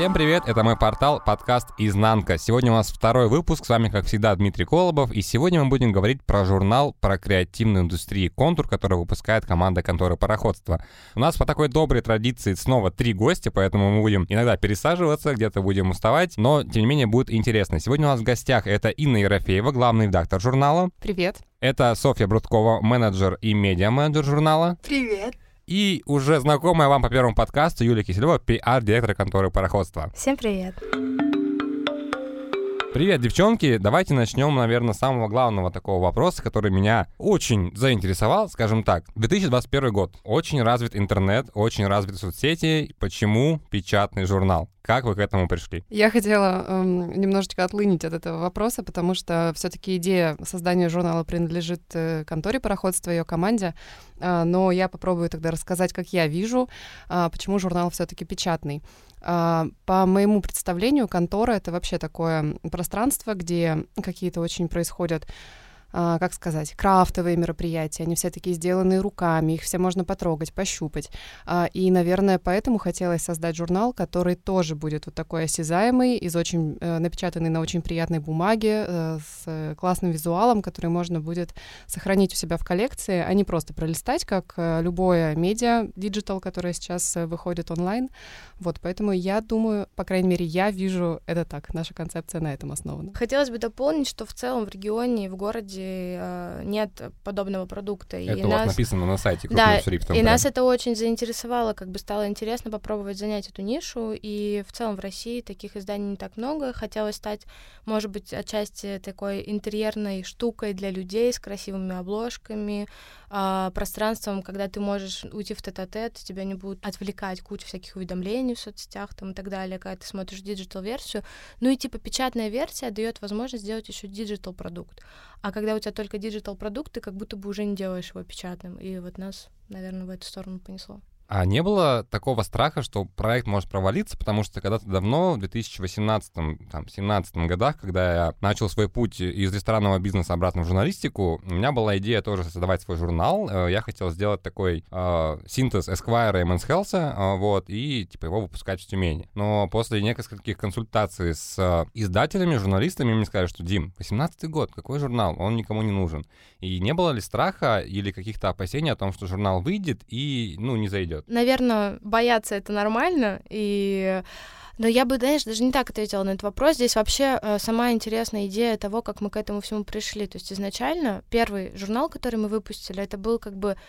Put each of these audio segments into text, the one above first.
Всем привет, это мой портал, подкаст «Изнанка». Сегодня у нас второй выпуск, с вами, как всегда, Дмитрий Колобов, и сегодня мы будем говорить про журнал про креативную индустрию «Контур», который выпускает команда конторы «Пароходство». У нас по такой доброй традиции снова 3 гостя, поэтому мы будем иногда пересаживаться, где-то будем уставать, но, тем не менее, будет интересно. Сегодня у нас в гостях это Инна Ерофеева, главный редактор журнала. Привет. Это Софья Брудкова, менеджер и медиа-менеджер журнала. Привет. И уже знакомая вам по первому подкасту Юлия Киселева, пиар-директор конторы «Пароходство». Всем привет. Привет, девчонки. Давайте начнем, наверное, с самого главного такого вопроса, который меня очень заинтересовал, скажем так. 2021 год. Очень развит интернет, очень развиты соцсети. Почему печатный журнал? Как вы к этому пришли? Я хотела немножечко отлынить от этого вопроса, потому что все-таки идея создания журнала принадлежит конторе «Пароходство», ее команде. Но я попробую тогда рассказать, как я вижу, почему журнал все-таки печатный. По моему представлению, контора — это вообще такое пространство, где какие-то очень происходят, как сказать, крафтовые мероприятия. Они все такие сделанные руками, их все можно потрогать, пощупать. И, наверное, поэтому хотелось создать журнал, который тоже будет вот такой осязаемый, напечатанный на очень приятной бумаге, с классным визуалом, который можно будет сохранить у себя в коллекции, а не просто пролистать, как любое медиа, диджитал, которое сейчас выходит онлайн. Вот, поэтому я думаю, по крайней мере, я вижу это так. Наша концепция на этом основана. Хотелось бы дополнить, что в целом в регионе и в городе нет подобного продукта. Это у вас написано на сайте крупным да, шрифтом. И нас это очень заинтересовало, стало интересно попробовать занять эту нишу, и в целом в России таких изданий не так много. Хотелось стать, может быть, отчасти такой интерьерной штукой для людей с красивыми обложками, пространством, когда ты можешь уйти в тет-а-тет, тебя не будут отвлекать куча всяких уведомлений в соцсетях и так далее, когда ты смотришь диджитал-версию. Ну и печатная версия дает возможность сделать еще диджитал-продукт. А когда у тебя только диджитал-продукт, ты как будто бы уже не делаешь его печатным. И вот нас, наверное, в эту сторону понесло. А не было такого страха, что проект может провалиться, потому что когда-то давно, в 2018-2017 годах, когда я начал свой путь из ресторанного бизнеса обратно в журналистику, у меня была идея тоже создавать свой журнал. Я хотел сделать такой синтез Esquire и Men's Health, и его выпускать в Тюмени. Но после нескольких консультаций с издателями, журналистами, мне сказали, что, Дим, 18-й год, какой журнал? Он никому не нужен. И не было ли страха или каких-то опасений о том, что журнал выйдет и, не зайдет? Наверное, бояться — это нормально, но я бы, даже не так ответила на этот вопрос. Здесь вообще сама интересная идея того, как мы к этому всему пришли. То есть изначально первый журнал, который мы выпустили, это был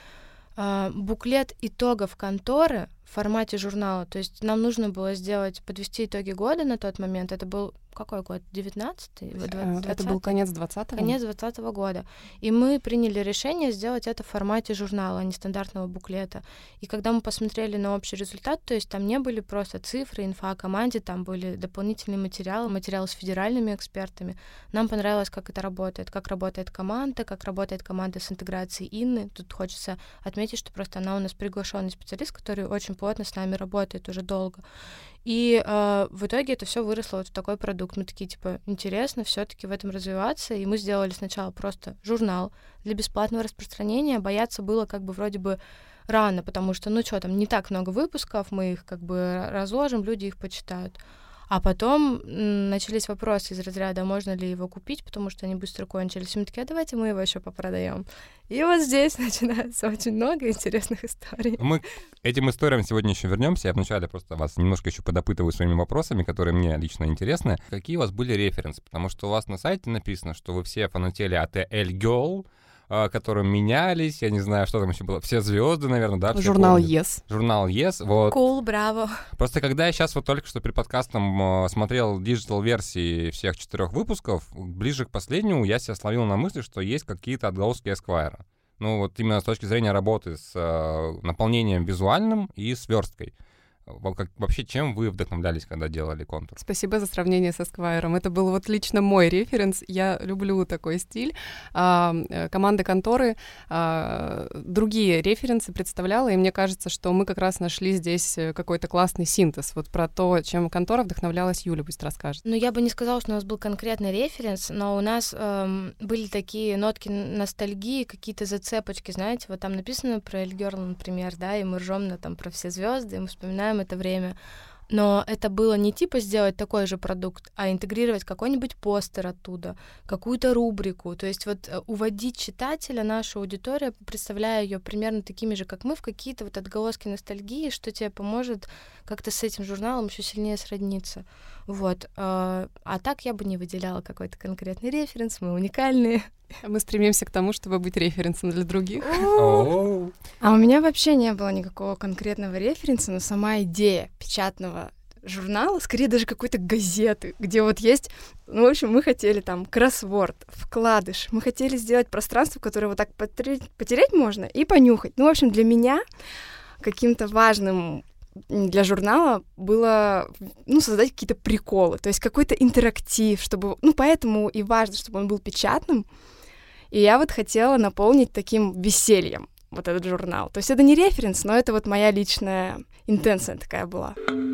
буклет итогов конторы в формате журнала. То есть нам нужно было подвести итоги года на тот момент. Это был какой год? 19-й? 20-й? Это был конец 20-го? Конец 20-го года. И мы приняли решение сделать это в формате журнала, а не стандартного буклета. И когда мы посмотрели на общий результат, то есть там не были просто цифры, инфа о команде, там были дополнительные материалы с федеральными экспертами. Нам понравилось, как это работает, как работает команда с интеграцией Инны. Тут хочется отметить, что просто она у нас приглашенный специалист, который очень плотно с нами работает уже долго. И в итоге это все выросло в такой продукт. Мы такие, интересно все-таки в этом развиваться. И мы сделали сначала просто журнал для бесплатного распространения. Бояться было вроде бы рано, потому что, не так много выпусков, мы их разложим, люди их почитают. А потом начались вопросы из разряда, можно ли его купить, потому что они быстро кончились. И мы такие, давайте мы его еще попродаем. И вот здесь начинается очень много интересных историй. Мы к этим историям сегодня еще вернемся. Я вначале просто вас немножко еще подопытываю своими вопросами, которые мне лично интересны. Какие у вас были референсы? Потому что у вас на сайте написано, что вы все фанатели от L-Girl, которые менялись, я не знаю, что там еще было, все звезды, наверное, да? Журнал Yes. Журнал Yes, вот. Cool, браво. Просто когда я сейчас только что при подкастом смотрел диджитал-версии всех 4 выпусков, ближе к последнему я себя словил на мысли, что есть какие-то отголоски Esquire. Именно с точки зрения работы с наполнением визуальным и с версткой. Вообще, чем вы вдохновлялись, когда делали контур? Спасибо за сравнение со Esquire. Это был лично мой референс. Я люблю такой стиль. Команда конторы другие референсы представляла, и мне кажется, что мы как раз нашли здесь какой-то классный синтез. Про то, чем контора вдохновлялась, Юля пусть расскажет. Я бы не сказала, что у нас был конкретный референс, но у нас были такие нотки ностальгии, какие-то зацепочки, знаете, там написано про L-Girl, например, да, и мы ржем про все звезды, и мы вспоминаем это время. Но это было не типа сделать такой же продукт, а интегрировать какой-нибудь постер оттуда, какую-то рубрику. То есть вот уводить читателя, нашу аудиторию, представляя ее примерно такими же, как мы, в какие-то вот отголоски ностальгии, что тебе поможет как-то с этим журналом еще сильнее сродниться. Вот. А так я бы не выделяла какой-то конкретный референс, мы уникальные. Мы стремимся к тому, чтобы быть референсом для других. А у меня вообще не было никакого конкретного референса, но сама идея печатного журнала, скорее даже какой-то газеты, где вот есть, ну, в общем, мы хотели там кроссворд, вкладыш, мы хотели сделать пространство, которое вот так потереть можно и понюхать. Ну, в общем, для меня каким-то важным для журнала было, ну, создать какие-то приколы, то есть какой-то интерактив, чтобы, ну, поэтому и важно, чтобы он был печатным, и я вот хотела наполнить таким весельем вот этот журнал. То есть это не референс, но это вот моя личная интенция такая была.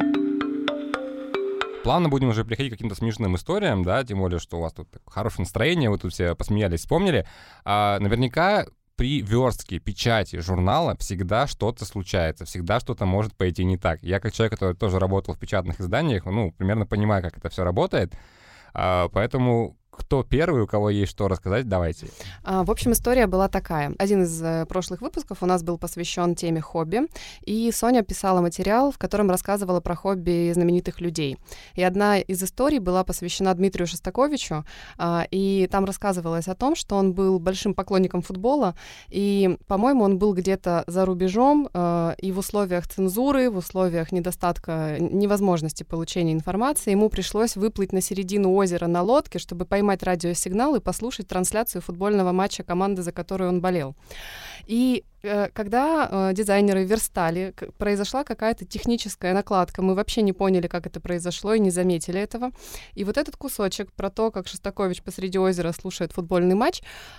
Плавно будем уже переходить к каким-то смешным историям, да, тем более, что у вас тут хорошее настроение, вы тут все посмеялись, вспомнили. Наверняка при верстке печати журнала всегда что-то случается, всегда что-то может пойти не так. Я как человек, который тоже работал в печатных изданиях, ну, примерно понимаю, как это все работает, поэтому... Кто первый, у кого есть что рассказать, давайте. В общем, история была такая. Один из прошлых выпусков у нас был посвящен теме хобби, и Соня писала материал, в котором рассказывала про хобби знаменитых людей. И одна из историй была посвящена Дмитрию Шостаковичу, и там рассказывалось о том, что он был большим поклонником футбола, и, по-моему, он был где-то за рубежом, и в условиях цензуры, в условиях недостатка, невозможности получения информации, ему пришлось выплыть на середину озера на лодке, чтобы поймать радиосигнал и послушать трансляцию футбольного матча команды, за которую он болел. И когда дизайнеры верстали, произошла какая-то техническая накладка, мы вообще не поняли, как это произошло, и не заметили этого. И вот этот кусочек про то, как Шостакович посреди озера слушает футбольный матч,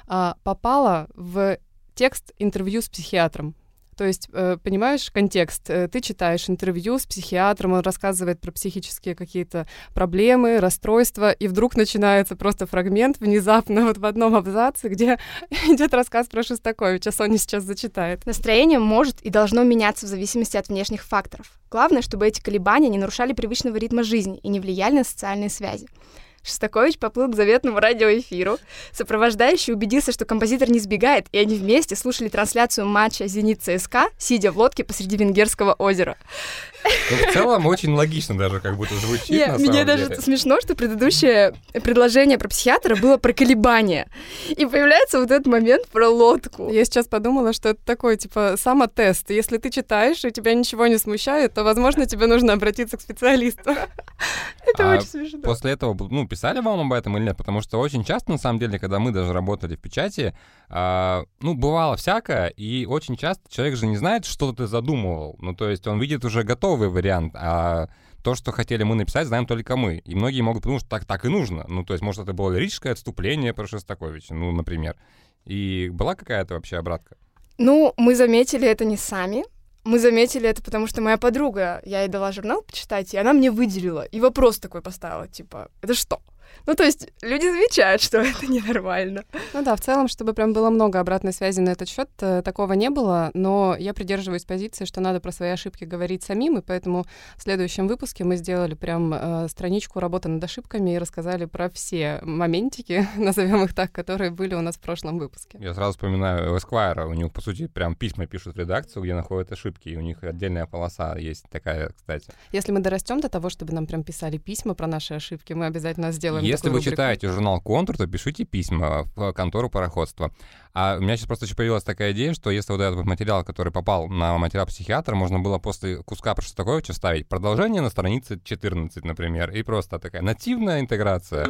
попало в текст интервью с психиатром. То есть, понимаешь, контекст. Ты читаешь интервью с психиатром, он рассказывает про психические какие-то проблемы, расстройства, и вдруг начинается просто фрагмент внезапно вот в одном абзаце, где идет рассказ про Шостаковича. Соня сейчас зачитает. Настроение может и должно меняться в зависимости от внешних факторов. Главное, чтобы эти колебания не нарушали привычного ритма жизни и не влияли на социальные связи. Шостакович поплыл к заветному радиоэфиру. Сопровождающий убедился, что композитор не сбегает, и они вместе слушали трансляцию матча «Зенит-ЦСКА», сидя в лодке посреди Венгерского озера. Ну, в целом очень логично даже как будто звучит, на самом деле. Мне даже смешно, что предыдущее предложение про психиатра было про колебания. И появляется вот этот момент про лодку. Я сейчас подумала, что это такой, типа, самотест. Если ты читаешь, и тебя ничего не смущает, то, возможно, тебе нужно обратиться к специалисту. Это очень смешно. После этого, ну, писали вам об этом или нет? Потому что очень часто, на самом деле, когда мы даже работали в печати, ну, бывало всякое, и очень часто человек же не знает, что ты задумывал. Ну, то есть он видит уже готовый вариант, а то, что хотели мы написать, знаем только мы. И многие могут подумать, что так и нужно. Ну, то есть, может, это было лирическое отступление про Шостаковича, ну, например. И была какая-то вообще обратка? Ну, мы заметили это не сами. Мы заметили это, потому что моя подруга, я ей дала журнал почитать, и она мне выделила. И вопрос такой поставила, типа, это что? Ну, то есть люди замечают, что это ненормально. Ну да, в целом, чтобы прям было много обратной связи на этот счет, такого не было, но я придерживаюсь позиции, что надо про свои ошибки говорить самим, и поэтому в следующем выпуске мы сделали прям страничку работы над ошибками и рассказали про все моментики, назовем их так, которые были у нас в прошлом выпуске. Я сразу вспоминаю Esquire, у них, по сути, прям письма пишут в редакцию, где находят ошибки, и у них отдельная полоса есть такая, кстати. Если мы дорастем до того, чтобы нам прям писали письма про наши ошибки, мы обязательно сделаем. Если вы читаете журнал «Контур», то пишите письма в контору пароходства. А у меня сейчас просто еще появилась такая идея, что если вот этот вот материал, который попал на материал психиатра, можно было после куска про Шостаковича вставить продолжение на странице 14, например, и просто такая нативная интеграция.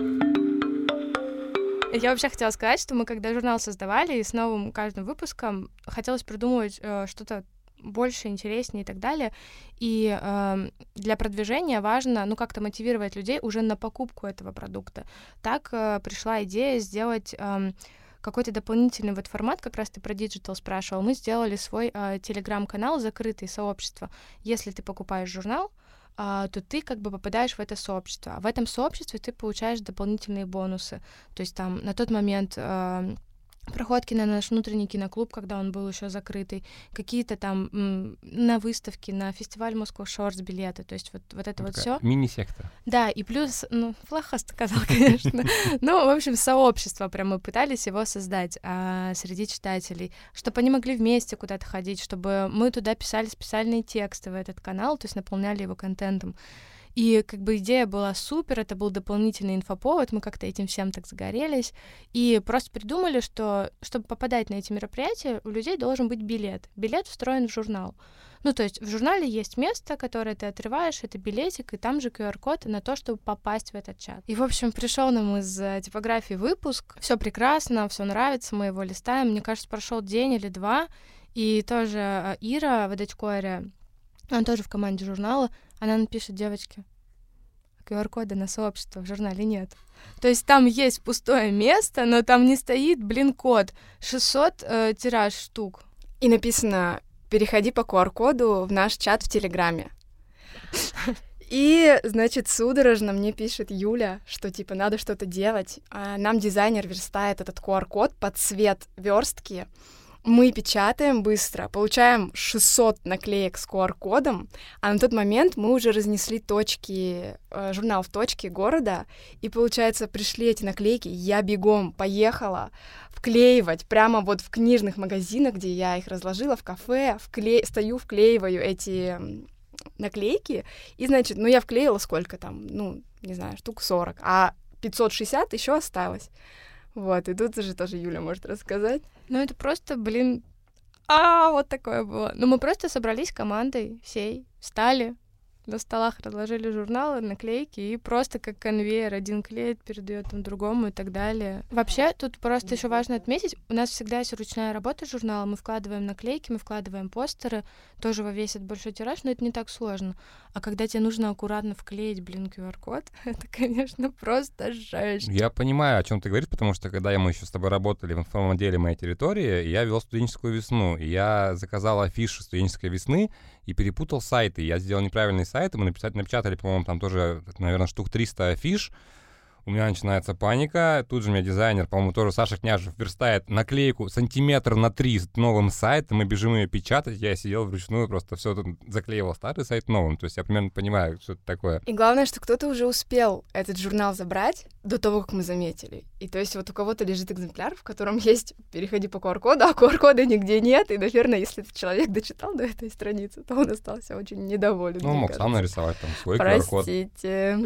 Я вообще хотела сказать, что мы, когда журнал создавали, и с новым каждым выпуском хотелось придумывать что-то больше, интереснее и так далее. И для продвижения важно, ну, как-то мотивировать людей уже на покупку этого продукта. Так пришла идея сделать какой-то дополнительный вот формат, как раз ты про диджитал спрашивал. Мы сделали свой телеграм-канал, закрытый сообщество. Если ты покупаешь журнал, то ты как бы попадаешь в это сообщество. А в этом сообществе ты получаешь дополнительные бонусы. То есть там на тот момент проходки на наш внутренний киноклуб, когда он был еще закрытый, какие-то там на выставки, на фестиваль Moscow Shorts билеты, то есть вот это вот все. Мини-секта. Да, и плюс, плохо сказал, конечно, в общем, сообщество, прям мы пытались его создать среди читателей, чтобы они могли вместе куда-то ходить, чтобы мы туда писали специальные тексты в этот канал, то есть наполняли его контентом. И как бы идея была супер, это был дополнительный инфоповод, мы как-то этим всем так загорелись, и просто придумали, что чтобы попадать на эти мероприятия, у людей должен быть билет. Билет встроен в журнал. То есть в журнале есть место, которое ты отрываешь, это билетик, и там же QR-код на то, чтобы попасть в этот чат. И, в общем, пришел нам из типографии выпуск, все прекрасно, все нравится, мы его листаем. Мне кажется, прошел день или два, и тоже Ира Водочкоря, она тоже в команде журнала, она напишет: девочки, QR-кода на сообщество в журнале нет. То есть там есть пустое место, но там не стоит, код. 600 тираж штук. И написано: переходи по QR-коду в наш чат в Телеграме. И, значит, судорожно мне пишет Юля, что, надо что-то делать. А нам дизайнер верстает этот QR-код под цвет верстки. Мы печатаем быстро, получаем 600 наклеек с QR-кодом, а на тот момент мы уже разнесли журнал в точки города, и, получается, пришли эти наклейки, я бегом поехала вклеивать прямо вот в книжных магазинах, где я их разложила, в кафе, стою, вклеиваю эти наклейки, и, значит, я вклеила сколько там, не знаю, штук 40, а 560 еще осталось. Вот, и тут же тоже Юля может рассказать. Это просто, вот такое было. Мы просто собрались командой всей, встали, на столах разложили журналы, наклейки, и просто как конвейер, один клеит, передает другому и так далее. Вообще, тут просто еще важно отметить, у нас всегда есть ручная работа журнала, мы вкладываем наклейки, мы вкладываем постеры, тоже весит большой тираж, но это не так сложно. А когда тебе нужно аккуратно вклеить, QR-код, это, конечно, просто жесть. Я понимаю, о чем ты говоришь, потому что когда мы еще с тобой работали в информотделе «Моей территории», я вел студенческую весну, и я заказал афиши студенческой весны и перепутал сайты. Я сделал неправильный сайт, и мы напечатали, по-моему, там тоже, наверное, штук 300 афиш. У меня начинается паника. Тут же меня дизайнер, по-моему, тоже Саша Княжев, верстает наклейку 3 сантиметра с новым сайтом. Мы бежим ее печатать. Я сидел вручную, просто все тут заклеивал старый сайт новым. То есть я примерно понимаю, что это такое. И главное, что кто-то уже успел этот журнал забрать до того, как мы заметили. И то есть вот у кого-то лежит экземпляр, в котором есть «переходи по QR-коду», а QR-кода нигде нет. И, наверное, если этот человек дочитал до этой страницы, то он остался очень недоволен. Мог сам нарисовать там свой QR-код. Простите.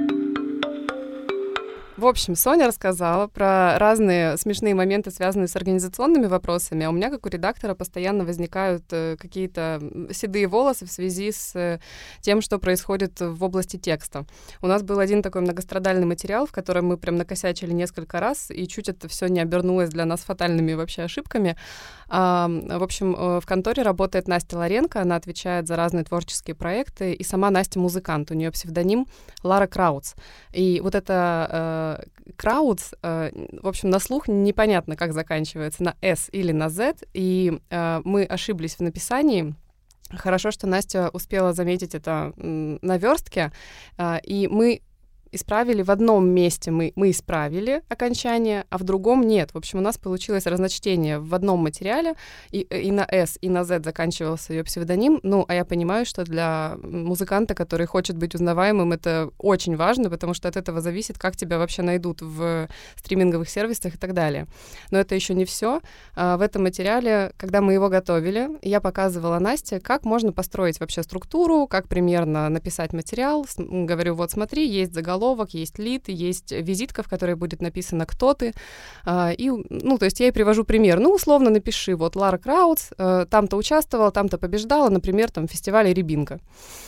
В общем, Соня рассказала про разные смешные моменты, связанные с организационными вопросами, а у меня, как у редактора, постоянно возникают какие-то седые волосы в связи с тем, что происходит в области текста. У нас был один такой многострадальный материал, в котором мы прям накосячили несколько раз, и чуть это все не обернулось для нас фатальными вообще ошибками. В общем, в конторе работает Настя Ларенко, она отвечает за разные творческие проекты, и сама Настя музыкант, у нее псевдоним Лара Краутс. И вот это Краутс, в общем, на слух непонятно, как заканчивается, на «с» или на «з», и мы ошиблись в написании. Хорошо, что Настя успела заметить это на верстке, и мы исправили в одном месте, мы исправили окончание, а в другом нет. В общем, у нас получилось разночтение в одном материале, и на «с», и на «з» заканчивался ее псевдоним. А я понимаю, что для музыканта, который хочет быть узнаваемым, это очень важно, потому что от этого зависит, как тебя вообще найдут в стриминговых сервисах и так далее. Но это еще не все. В этом материале, когда мы его готовили, я показывала Насте, как можно построить вообще структуру, как примерно написать материал. Говорю, вот смотри, есть заголовок, есть лид, есть визитка, в которой будет написано «Кто ты?». То есть я ей привожу пример. Условно напиши, вот Лара Краутс там-то участвовала, там-то побеждала, например, там в фестивале «Рябинка».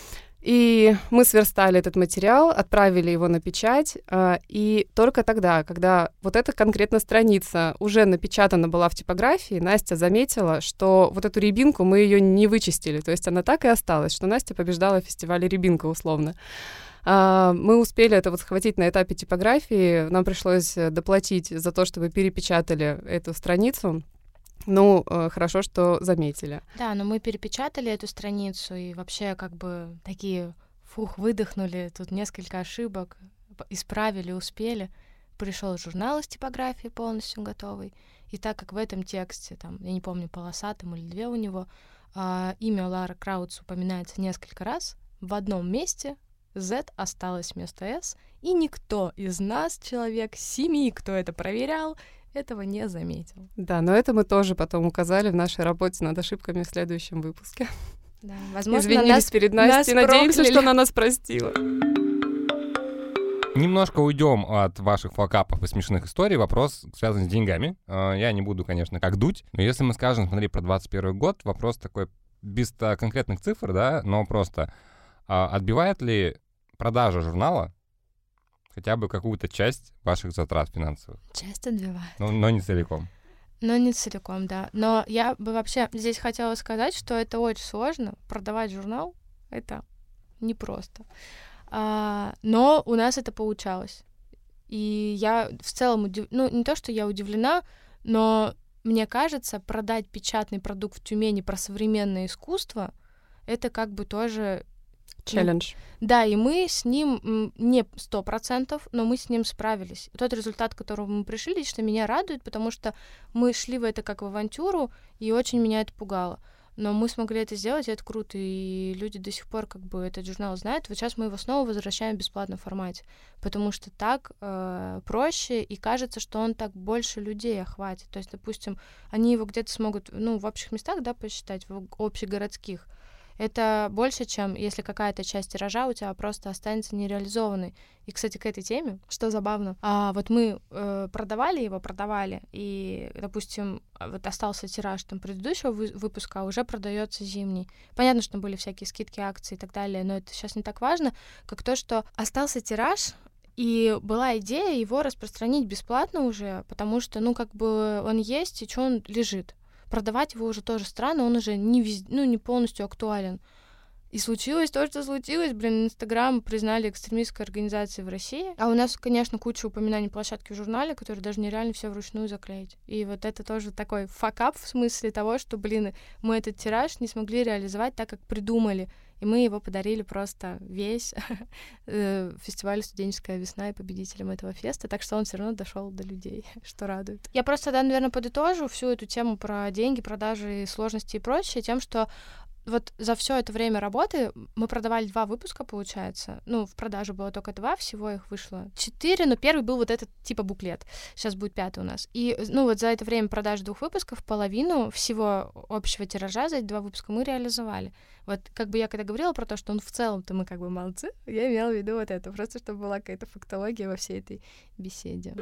И мы сверстали этот материал, отправили его на печать, и только тогда, когда вот эта конкретно страница уже напечатана была в типографии, Настя заметила, что вот эту «Рябинку» мы ее не вычистили, то есть она так и осталась, что Настя побеждала в фестивале «Рябинка» условно. Мы успели это схватить на этапе типографии, нам пришлось доплатить за то, чтобы перепечатали эту страницу. Хорошо, что заметили. Да, но мы перепечатали эту страницу и вообще такие, выдохнули, тут несколько ошибок, исправили, успели. Пришел журнал из типографии полностью готовый, И так как в этом тексте, там, я не помню, полоса там или 2 у него, имя Лары Краутс упоминается несколько раз, в одном месте Z осталось вместо S, и никто из нас, человек 7, кто это проверял, этого не заметил. Да, но это мы тоже потом указали в нашей работе над ошибками в следующем выпуске. Да, возможно, извинились перед Настей, надеемся, что она нас простила. Немножко уйдем от ваших факапов и смешных историй. Вопрос связан с деньгами. Я не буду, конечно, как дуть, но если мы скажем, смотри, про 21 год, вопрос такой без конкретных цифр, да, но просто отбивает ли продажа журнала хотя бы какую-то часть ваших затрат финансовых? Часть отбивает. Но не целиком. Но не целиком, да. Но я бы вообще здесь хотела сказать, что это очень сложно. Продавать журнал — это непросто. Но у нас это получалось. И я в целом, не то, что я удивлена, но мне кажется, продать печатный продукт в Тюмени про современное искусство — это как бы тоже... Челлендж. Да, и мы с ним не 100%, но мы с ним справились. Тот результат, к которому мы пришли, лично меня радует, потому что мы шли в это как в авантюру, и очень меня это пугало. Но мы смогли это сделать, и это круто, и люди до сих пор как бы этот журнал знают. Вот сейчас мы его снова возвращаем в бесплатном формате, потому что так проще, и кажется, что он так больше людей охватит. То есть, допустим, они его где-то смогут, в общих местах, да, посчитать, в общегородских. Это больше, чем если какая-то часть тиража у тебя просто останется нереализованной. И, кстати, к этой теме, что забавно, вот мы продавали, и, допустим, вот остался тираж там предыдущего выпуска, а уже продается зимний. Понятно, что были всякие скидки, акции и так далее, но это сейчас не так важно, как то, что остался тираж, и была идея его распространить бесплатно уже, потому что, как бы он есть, и что он лежит. Продавать его уже тоже странно, он уже не полностью актуален. И случилось то, что случилось. Инстаграм признали экстремистской организацией в России. А у нас, конечно, куча упоминаний площадки в журнале, которые даже нереально все вручную заклеить. И вот это тоже такой факап в смысле того, что, мы этот тираж не смогли реализовать так, как придумали. И мы его подарили просто весь фестивалю «Студенческая весна» и победителям этого феста, так что он все равно дошел до людей, что радует. Я просто тогда, наверное, подытожу всю эту тему про деньги, продажи, сложности и прочее тем, что вот за все это время работы мы продавали 2 выпуска, получается. В продаже было только 2, всего их вышло 4, но первый был вот этот типа буклет. Сейчас будет 5-й у нас. И, вот за это время продажи 2 выпусков, половину всего общего тиража за эти 2 выпуска мы реализовали. Вот как бы я когда говорила про то, что в целом-то мы как бы молодцы, я имела в виду вот это, просто чтобы была какая-то фактология во всей этой беседе.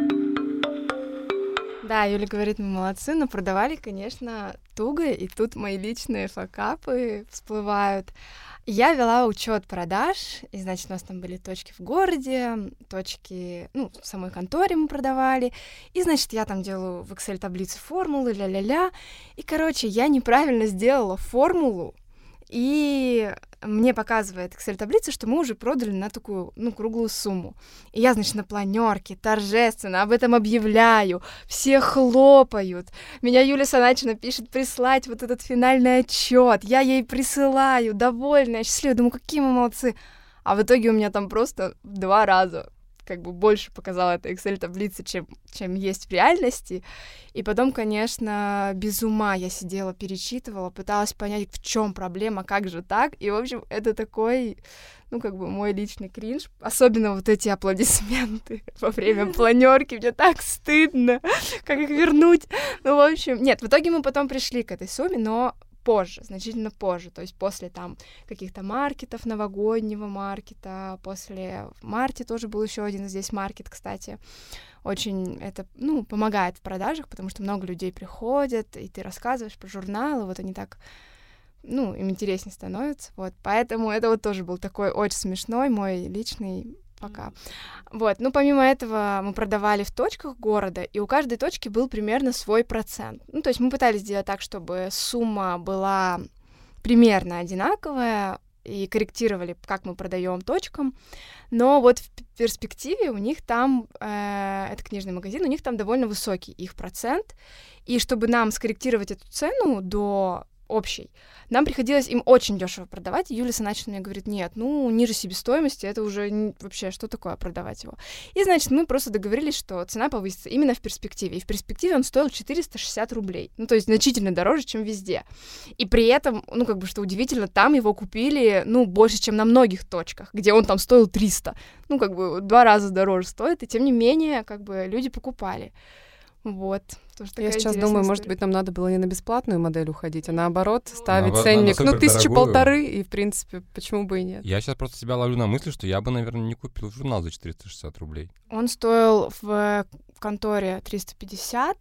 Да, Юля говорит, мы молодцы, но продавали, конечно, туго, и тут мои личные факапы всплывают. Я вела учет продаж, и, значит, у нас там были точки в городе, точки, в самой конторе мы продавали, и, значит, я там делаю в Excel-таблице формулы, ля-ля-ля, и, короче, я неправильно сделала формулу, и мне показывает Excel-таблица, что мы уже продали на такую, круглую сумму. И я, значит, на планерке торжественно об этом объявляю, все хлопают. Меня Юля Саначина пишет прислать вот этот финальный отчет. Я ей присылаю, довольная, счастливая. Думаю, какие мы молодцы. А в итоге у меня там просто в 2 раза как бы больше показала эта Excel-таблица, чем есть в реальности. И потом, конечно, без ума я сидела, перечитывала, пыталась понять, в чем проблема, как же так. И, в общем, это такой, мой личный кринж. Особенно вот эти аплодисменты во время планерки. Мне так стыдно, как их вернуть. В общем, нет, в итоге мы потом пришли к этой сумме, но позже, значительно позже, то есть после там каких-то маркетов, новогоднего маркета, в марте тоже был еще один здесь маркет, кстати, очень это, помогает в продажах, потому что много людей приходят, и ты рассказываешь про журналы, вот они так, им интереснее становится, вот, поэтому это вот тоже был такой очень смешной мой личный пока. Вот, помимо этого мы продавали в точках города, и у каждой точки был примерно свой процент. То есть мы пытались сделать так, чтобы сумма была примерно одинаковая, и корректировали, как мы продаем точкам, но вот в перспективе у них там, это книжный магазин, у них там довольно высокий их процент, и чтобы нам скорректировать эту цену до общий. Нам приходилось им очень дешево продавать. Юлия Саначевна мне говорит, нет, ниже себестоимости, это уже вообще что такое продавать его. И, значит, мы просто договорились, что цена повысится именно в перспективе. И в перспективе он стоил 460 рублей. То есть значительно дороже, чем везде. И при этом, что удивительно, там его купили, больше, чем на многих точках, где он там стоил 300. 2 раза дороже стоит, и тем не менее, люди покупали. Вот. Я сейчас думаю, может быть, нам надо было не на бесплатную модель уходить, а наоборот ставить ценник, 1500, и, в принципе, почему бы и нет. Я сейчас просто себя ловлю на мысли, что я бы, наверное, не купил журнал за 460 рублей. Он стоил в конторе 350,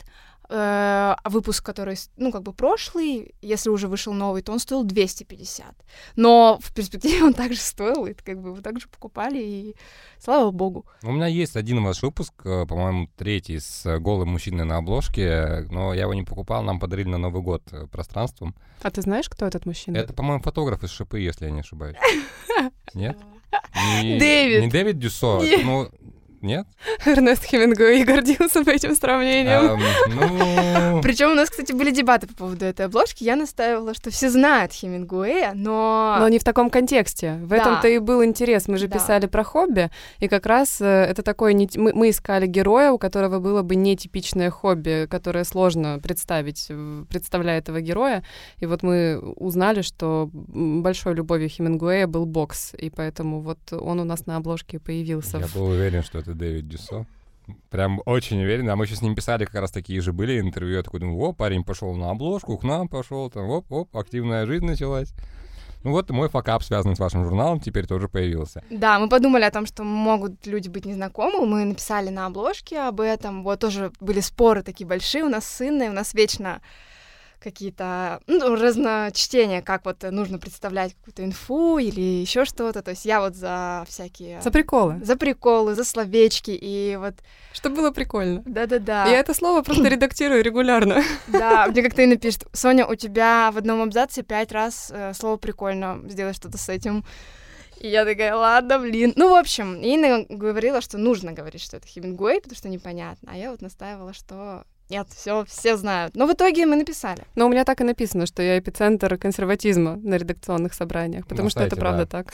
выпуск, который, прошлый, если уже вышел новый, то он стоил 250. Но в перспективе он также стоил, и его также покупали, и слава богу. У меня есть один ваш выпуск, по-моему, 3-й, с голым мужчиной на обложке, но я его не покупал, нам подарили на Новый год пространством. А ты знаешь, кто этот мужчина? Это, по-моему, фотограф из ШП, если я не ошибаюсь. Нет? Дэвид. Не Дэвид Дюссо, нет? Эрнест Хемингуэй гордился этим сравнением. Причем у нас, кстати, были дебаты по поводу этой обложки. Я настаивала, что все знают Хемингуэя, но... Но не в таком контексте. В этом-то и был интерес. Мы же писали про хобби, и как раз это такое... Мы искали героя, у которого было бы нетипичное хобби, которое сложно представить, представляя этого героя. И вот мы узнали, что большой любовью Хемингуэя был бокс, и поэтому вот он у нас на обложке появился. Я был уверен, что это Дэвид Дюссо. Прям очень уверен. А мы еще с ним писали, как раз такие же были интервью. Я такой думаю, парень пошел на обложку, к нам пошел, там, активная жизнь началась. Мой факап, связанный с вашим журналом, теперь тоже появился. Да, мы подумали о том, что могут люди быть незнакомы. Мы написали на обложке об этом. Вот тоже были споры такие большие у нас с Инной. У нас вечно какие-то разночтения, как нужно представлять какую-то инфу или еще что-то. То есть я за всякие... За приколы. За приколы, за словечки, и Чтобы было прикольно. Да-да-да. Я это слово просто редактирую регулярно. Да, мне как-то Инна пишет, Соня, у тебя в одном абзаце 5 раз слово «прикольно», сделай что-то с этим. И я такая, ладно, блин. В общем, Инна говорила, что нужно говорить, что это Хемингуэй, потому что непонятно. А я настаивала, что... Нет, все знают. Но в итоге мы написали. Но у меня так и написано, что я эпицентр консерватизма на редакционных собраниях, потому что это правда так.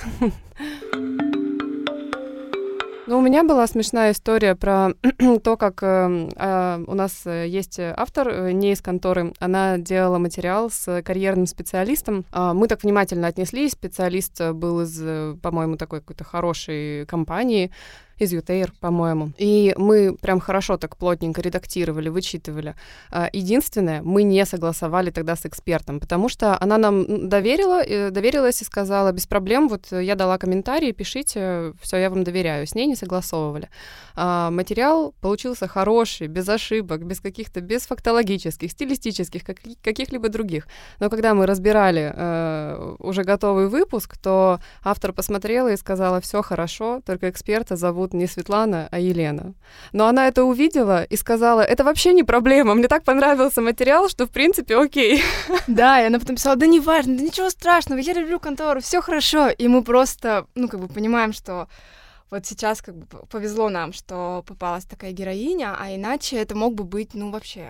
У меня была смешная история про то, как у нас есть автор не из конторы. Она делала материал с карьерным специалистом. Мы так внимательно отнеслись. Специалист был из, по-моему, такой какой-то хорошей компании, из UTair, по-моему. И мы прям хорошо так плотненько редактировали, вычитывали. Единственное, мы не согласовали тогда с экспертом, потому что она нам доверилась и сказала, без проблем, я дала комментарии, пишите, все, я вам доверяю. С ней не согласовывали. Материал получился хороший, без ошибок, без фактологических, стилистических, каких-либо других. Но когда мы разбирали уже готовый выпуск, то автор посмотрела и сказала, все хорошо, только эксперта зовут не Светлана, а Елена. Но она это увидела и сказала, это вообще не проблема, мне так понравился материал, что в принципе окей. Да, и она потом писала, да неважно, да ничего страшного, я люблю контору, все хорошо. И мы просто, понимаем, что сейчас повезло нам, что попалась такая героиня, а иначе это мог бы быть, вообще.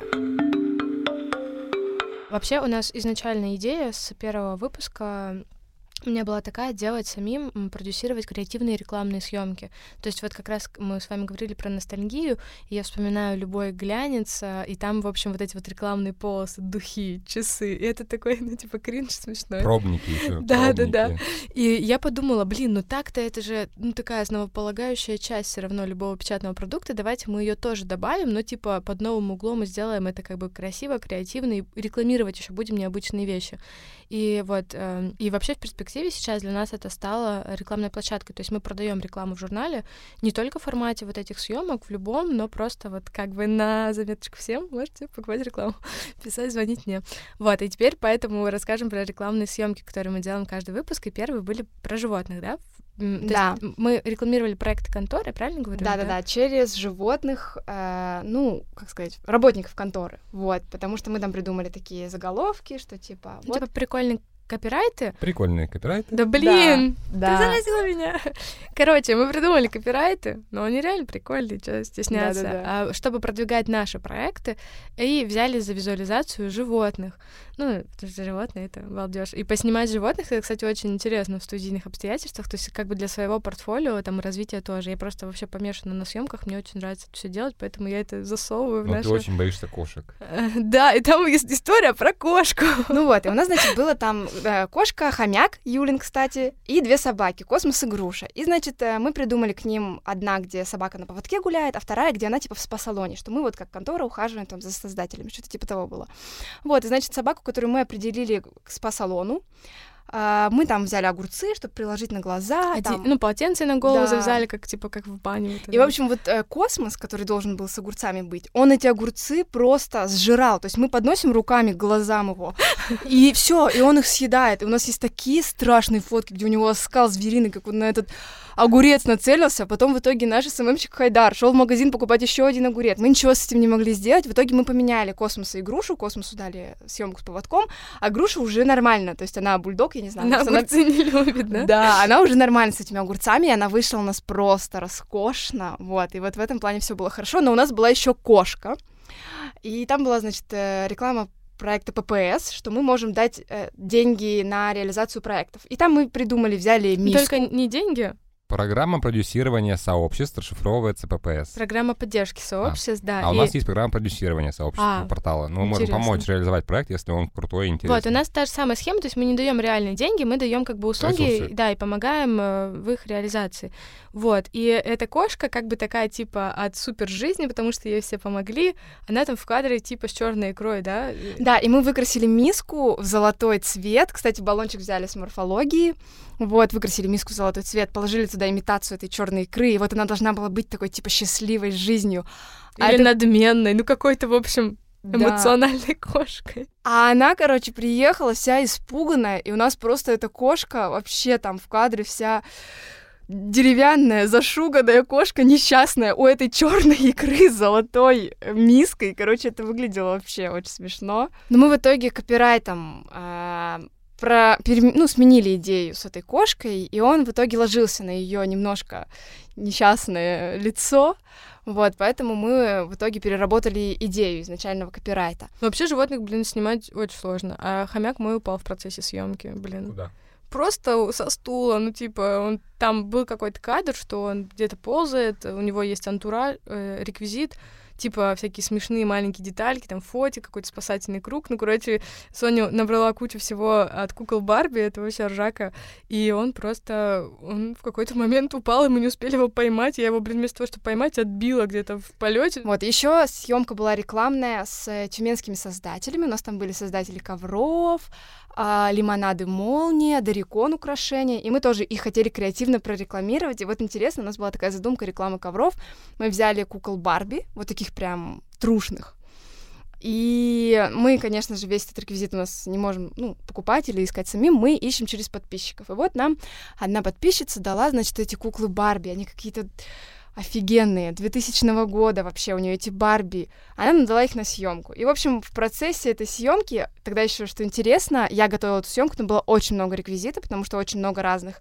Вообще у нас изначальная идея с первого выпуска у меня была такая, делать самим, продюсировать креативные рекламные съемки. То есть как раз мы с вами говорили про ностальгию, и я вспоминаю любой глянец, и там, в общем, эти рекламные полосы, духи, часы, и это такой, кринж смешной. Пробники еще. Да. И я подумала, так-то это же, такая основополагающая часть все равно любого печатного продукта, давайте мы ее тоже добавим, но, под новым углом мы сделаем это красиво, креативно, и рекламировать еще будем необычные вещи. И и вообще в перспективе сейчас для нас это стало рекламной площадкой. То есть мы продаем рекламу в журнале не только в формате этих съемок, в любом, но просто на заметочку всем можете покупать рекламу, писать, звонить мне. И теперь поэтому расскажем про рекламные съемки, которые мы делаем каждый выпуск, и первые были про животных, да? Да. То есть мы рекламировали проекты конторы, правильно говорю? Да, через животных, работников конторы, потому что мы там придумали такие заголовки, что прикольный копирайты. Прикольные копирайты. Да блин, Да. ты заразила меня. Короче, мы придумали копирайты, но они реально прикольные, что стесняться. Да-да-да. Чтобы продвигать наши проекты, и взяли за визуализацию животных. Ну, потому что животные — это балдёж. И поснимать животных — это, кстати, очень интересно в студийных обстоятельствах, то есть как бы для своего портфолио, там, развития тоже. Я просто вообще помешана на съемках, мне очень нравится это все делать, поэтому я это засовываю в Но наше... ты очень боишься кошек. Да, и там есть история про кошку. Ну вот, и у нас, значит, было там кошка, хомяк, Юлин, кстати, и 2 собаки, Космос и Груша. И, значит, мы придумали к ним одна, где собака на поводке гуляет, а вторая, где она, типа, в спа-салоне, что мы вот как контора ухаживаем там за создателями, что-то типа того было. Вот, и, значит, собаку, которую мы определили к спа-салону, мы там взяли огурцы, чтобы приложить на глаза. Там... Ну, полотенце на голову Да. завязали, как типа как в бане. Вот И, в общем, вот Космос, который должен был с огурцами быть, он эти огурцы просто сжирал. То есть мы подносим руками к глазам его, и все, и он их съедает. И у нас есть такие страшные фотки, где у него оскал звериный, как он на этот огурец нацелился, а потом в итоге наш СММщик Хайдар шел в магазин покупать еще один огурец. Мы ничего с этим не могли сделать. В итоге мы поменяли Космоса и Грушу. Космосу дали съемку с поводком, а Груша уже нормально. То есть она бульдог, я не знаю. Она может, огурцы не любит, да? Да, она уже нормально с этими огурцами, и она вышла у нас просто роскошно. Вот, и вот в этом плане все было хорошо. Но у нас была еще кошка. И там была, значит, реклама проекта ППС, что мы можем дать деньги на реализацию проектов. И там мы придумали, взяли миску. Только не деньги. Программа продюсирования сообществ расшифровывается ППС. Программа поддержки сообществ, да. А у нас есть программа продюсирования сообщества портала. Мы можем интересно. помочь реализовать проект, если он крутой и интересный. Вот, у нас та же самая схема, то есть мы не даем реальные деньги, мы даем как бы услуги, Ресурсы. да, и помогаем в их реализации. Вот, и эта кошка как бы такая типа от супер жизни, потому что ей все помогли, она там в кадре типа с черной икрой, да? Да, и мы выкрасили миску в золотой цвет. Кстати, баллончик взяли с морфологии. Вот, выкрасили миску в золотой цвет, положили туда имитацию этой черной икры, и вот она должна была быть такой типа счастливой жизнью. Или надменной, ну какой-то, в общем, эмоциональной кошкой. А она, короче, приехала вся испуганная, и у нас просто эта кошка вообще там в кадре вся деревянная, зашуганная кошка, несчастная, у этой черной икры с золотой миской. Короче, это выглядело вообще очень смешно. Но мы в итоге копирайтом сменили идею с этой кошкой, и он в итоге ложился на ее немножко несчастное лицо. Вот, поэтому мы в итоге переработали идею изначального копирайта. Вообще животных, снимать очень сложно. А хомяк мой упал в процессе съемки, Куда? Просто со стула, там был какой-то кадр, что он где-то ползает, у него есть антураж, реквизит, типа всякие смешные маленькие детальки, там фотик, какой-то спасательный круг. Соня набрала кучу всего от кукол Барби, это вообще ржака, и он в какой-то момент упал, и мы не успели его поймать, я его, вместо того, чтобы поймать, отбила где-то в полете. Вот, еще съемка была рекламная с тюменскими создателями, у нас там были создатели ковров, лимонады «Молния», «Дарикон» украшения, и мы тоже их хотели креативно прорекламировать, и вот интересно, у нас была такая задумка рекламы ковров, мы взяли кукол Барби, вот таких прям трушных, и мы, конечно же, весь этот реквизит у нас не можем, покупать или искать самим, мы ищем через подписчиков, и вот нам одна подписчица дала, значит, эти куклы Барби, они какие-то офигенные, 2000 года вообще у нее эти Барби. Она нам дала их на съемку. И, в общем, в процессе этой съемки, тогда еще что интересно, я готовила эту съемку, но было очень много реквизита, потому что очень много разных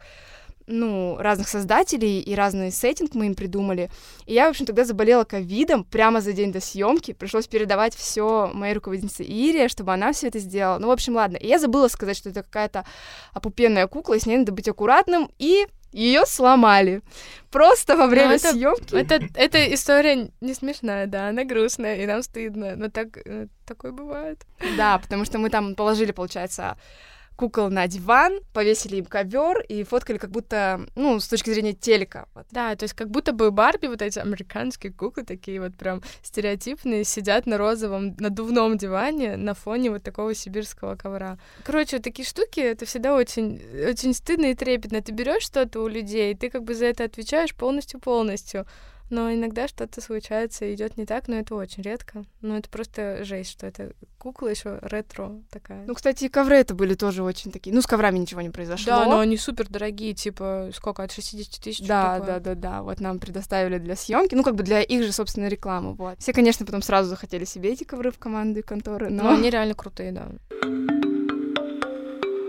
создателей и разный сеттинг мы им придумали. И я, в общем, тогда заболела ковидом прямо за день до съемки. Пришлось передавать все моей руководительнице Ире, чтобы она все это сделала. Ну, в общем, ладно. И я забыла сказать, что это какая-то опупенная кукла, и с ней надо быть аккуратным, и ее сломали. Просто во время съемки. Эта история не смешная, да, она грустная, и нам стыдно, но такое бывает. Да, потому что мы там положили, получается, кукол на диван, повесили им ковер и фоткали как будто, с точки зрения телека. Вот. Да, то есть как будто бы Барби, вот эти американские куклы, такие вот прям стереотипные, сидят на розовом надувном диване на фоне вот такого сибирского ковра. Короче, такие штуки, это всегда очень, очень стыдно и трепетно. Ты берешь что-то у людей, ты как бы за это отвечаешь полностью. Но иногда что-то случается и идет не так, но это очень редко. Но это просто жесть, что это кукла еще ретро такая. Кстати, и ковры это были тоже очень такие. С коврами ничего не произошло. Да, но они супер дорогие, типа, сколько, от 60 тысяч? Да. Вот нам предоставили для съемки, для их же, собственно, рекламы. Вот. Все, конечно, потом сразу захотели себе эти ковры в команду и конторы, но... они реально крутые, да.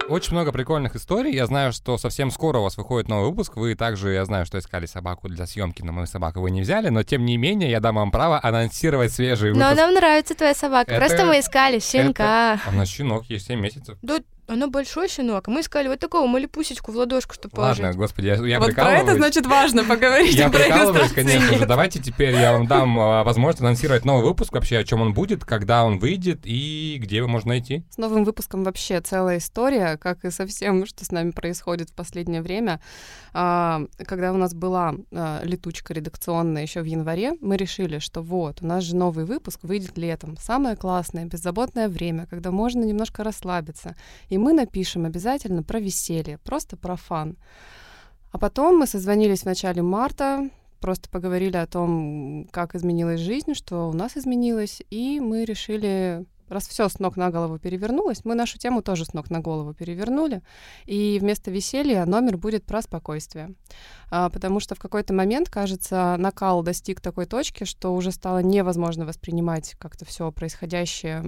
Очень много прикольных историй. Я знаю, что совсем скоро у вас выходит новый выпуск. Вы также, я знаю, что искали собаку для съемки, но мою собаку вы не взяли. Но, тем не менее, я дам вам право анонсировать свежий выпуск. Но нам нравится твоя собака. Просто мы искали щенка. Она щенок, ей 7 месяцев. Да, она большой щенок. Мы искали вот такого малипусечку в ладошку, чтобы положить. Ладно, господи, я вот прикалываюсь. про это, значит, важно поговорить. Я про прикалываюсь, иллюстрации конечно же. нет. Давайте теперь я вам дам возможность анонсировать новый выпуск, вообще, о чем он будет, когда он выйдет и где его можно найти. С новым выпуском вообще целая история, как и со всем, что с нами происходит в последнее время. Когда у нас была летучка редакционная еще в январе, мы решили, что вот, у нас же новый выпуск выйдет летом. Самое классное, беззаботное время, когда можно немножко расслабиться. И мы напишем обязательно про веселье, просто про фан. А потом мы созвонились в начале марта, просто поговорили о том, как изменилась жизнь, что у нас изменилось, и мы решили, раз все с ног на голову перевернулось, мы нашу тему тоже с ног на голову перевернули, и вместо веселья номер будет про спокойствие. Потому что в какой-то момент, кажется, накал достиг такой точки, что уже стало невозможно воспринимать как-то все происходящее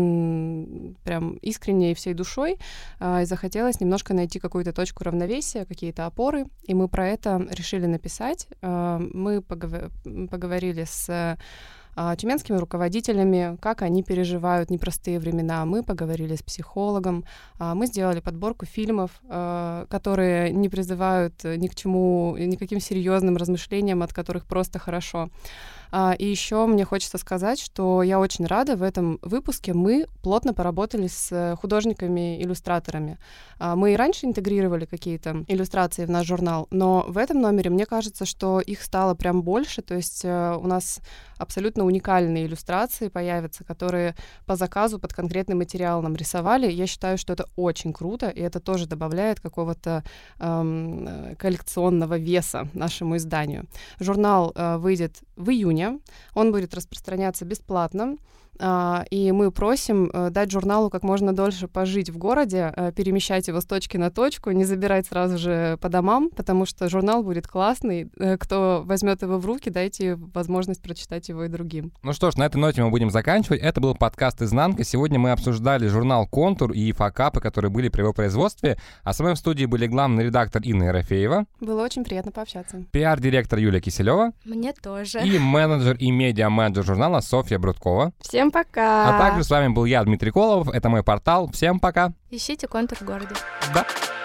прям искренне и всей душой, и захотелось немножко найти какую-то точку равновесия, какие-то опоры, и мы про это решили написать. Мы поговорили с тюменскими руководителями, как они переживают непростые времена. Мы поговорили с психологом, мы сделали подборку фильмов, которые не призывают ни к чему, никаким серьезным размышлениям, от которых просто хорошо. И еще мне хочется сказать, что я очень рада, в этом выпуске мы плотно поработали с художниками-иллюстраторами. Мы и раньше интегрировали какие-то иллюстрации в наш журнал, но в этом номере мне кажется, что их стало прям больше, то есть у нас абсолютно уникальные иллюстрации появятся, которые по заказу под конкретный материал нам рисовали. Я считаю, что это очень круто, и это тоже добавляет какого-то коллекционного веса нашему изданию. Журнал выйдет в июне, он будет распространяться бесплатно, и мы просим дать журналу как можно дольше пожить в городе, перемещать его с точки на точку, не забирать сразу же по домам, потому что журнал будет классный. Кто возьмет его в руки, дайте возможность прочитать его и другим. Ну что ж, на этой ноте мы будем заканчивать. Это был подкаст «Изнанка». Сегодня мы обсуждали журнал «Контур» и факапы, которые были при его производстве. А со мной в студии были главный редактор Инна Ерофеева. Было очень приятно пообщаться. Пиар-директор Юлия Киселева. Мне тоже. И менеджер и медиа-менеджер журнала Софья Брудкова. Всем пока! А также с вами был я, Дмитрий Коловов. Это мой портал. Всем пока! Ищите «Контур» в городе. Да.